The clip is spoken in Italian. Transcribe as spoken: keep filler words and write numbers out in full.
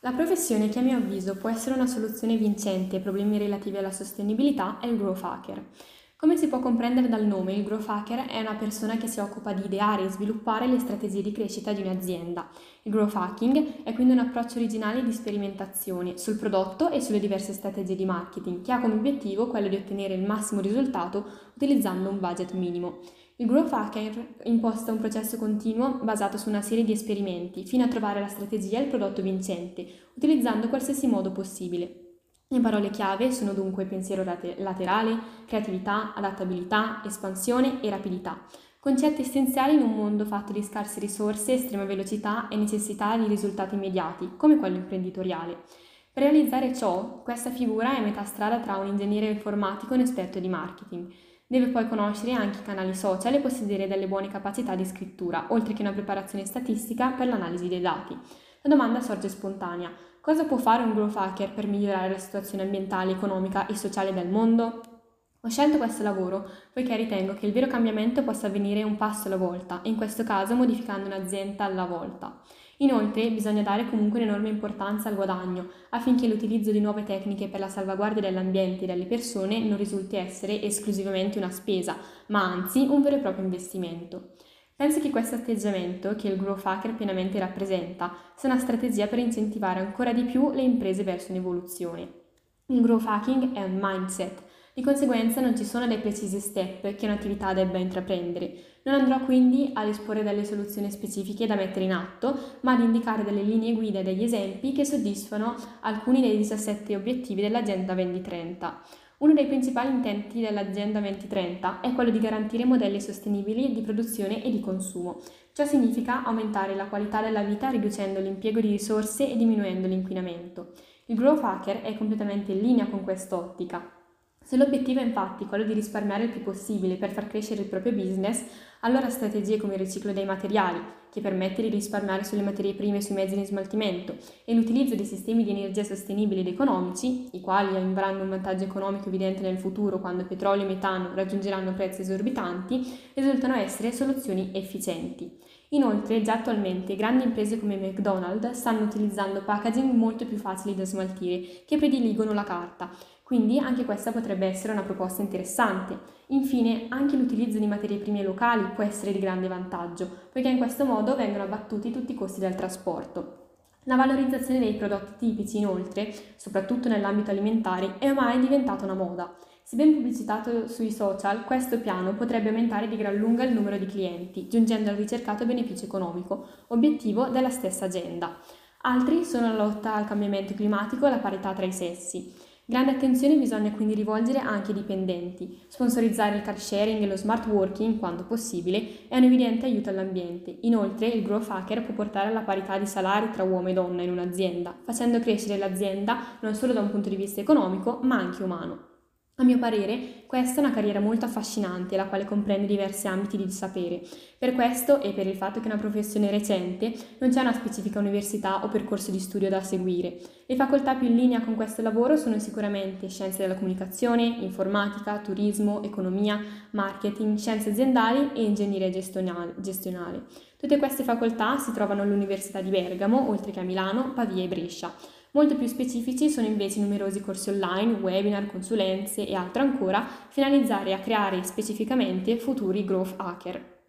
La professione che a mio avviso può essere una soluzione vincente ai problemi relativi alla sostenibilità è il growth hacker. Come si può comprendere dal nome, il growth hacker è una persona che si occupa di ideare e sviluppare le strategie di crescita di un'azienda. Il growth hacking è quindi un approccio originale di sperimentazione sul prodotto e sulle diverse strategie di marketing, che ha come obiettivo quello di ottenere il massimo risultato utilizzando un budget minimo. Il growth hacker imposta un processo continuo basato su una serie di esperimenti fino a trovare la strategia e il prodotto vincente, utilizzando qualsiasi modo possibile. Le parole chiave sono dunque pensiero laterale, creatività, adattabilità, espansione e rapidità, concetti essenziali in un mondo fatto di scarse risorse, estrema velocità e necessità di risultati immediati, come quello imprenditoriale. Per realizzare ciò, questa figura è a metà strada tra un ingegnere informatico e un esperto di marketing. Deve poi conoscere anche i canali social e possedere delle buone capacità di scrittura, oltre che una preparazione statistica per l'analisi dei dati. La domanda sorge spontanea: cosa può fare un growth hacker per migliorare la situazione ambientale, economica e sociale del mondo? Ho scelto questo lavoro poiché ritengo che il vero cambiamento possa avvenire un passo alla volta e in questo caso modificando un'azienda alla volta. Inoltre bisogna dare comunque un'enorme importanza al guadagno affinché l'utilizzo di nuove tecniche per la salvaguardia dell'ambiente e delle persone non risulti essere esclusivamente una spesa, ma anzi un vero e proprio investimento. Penso che questo atteggiamento, che il growth hacker pienamente rappresenta, sia una strategia per incentivare ancora di più le imprese verso un'evoluzione. Il growth hacking è un mindset. Di conseguenza non ci sono dei precisi step che un'attività debba intraprendere. Non andrò quindi ad esporre delle soluzioni specifiche da mettere in atto, ma ad indicare delle linee guida e degli esempi che soddisfano alcuni dei diciassette obiettivi dell'Agenda duemilatrenta. Uno dei principali intenti dell'Agenda duemilatrenta è quello di garantire modelli sostenibili di produzione e di consumo. Ciò significa aumentare la qualità della vita riducendo l'impiego di risorse e diminuendo l'inquinamento. Il growth hacker è completamente in linea con quest'ottica. Se l'obiettivo è infatti quello di risparmiare il più possibile per far crescere il proprio business, allora strategie come il riciclo dei materiali, che permette di risparmiare sulle materie prime e sui mezzi di smaltimento, e l'utilizzo di sistemi di energia sostenibili ed economici, i quali avranno un vantaggio economico evidente nel futuro quando petrolio e metano raggiungeranno prezzi esorbitanti, risultano essere soluzioni efficienti. Inoltre, già attualmente grandi imprese come McDonald's stanno utilizzando packaging molto più facili da smaltire, che prediligono la carta. Quindi anche questa potrebbe essere una proposta interessante. Infine, anche l'utilizzo di materie prime locali può essere di grande vantaggio, poiché in questo modo vengono abbattuti tutti i costi del trasporto. La valorizzazione dei prodotti tipici, inoltre, soprattutto nell'ambito alimentare, è ormai diventata una moda. Se ben pubblicitato sui social, questo piano potrebbe aumentare di gran lunga il numero di clienti, giungendo al ricercato beneficio economico, obiettivo della stessa agenda. Altri sono la lotta al cambiamento climatico e la parità tra i sessi. Grande attenzione bisogna quindi rivolgere anche ai dipendenti. Sponsorizzare il car sharing e lo smart working, quando possibile, è un evidente aiuto all'ambiente. Inoltre, il growth hacker può portare alla parità di salari tra uomo e donna in un'azienda, facendo crescere l'azienda non solo da un punto di vista economico, ma anche umano. A mio parere, questa è una carriera molto affascinante, la quale comprende diversi ambiti di sapere. Per questo, e per il fatto che è una professione recente, non c'è una specifica università o percorso di studio da seguire. Le facoltà più in linea con questo lavoro sono sicuramente scienze della comunicazione, informatica, turismo, economia, marketing, scienze aziendali e ingegneria gestionale. Tutte queste facoltà si trovano all'Università di Bergamo, oltre che a Milano, Pavia e Brescia. Molto più specifici sono invece numerosi corsi online, webinar, consulenze e altro ancora, finalizzati a creare specificamente futuri growth hacker.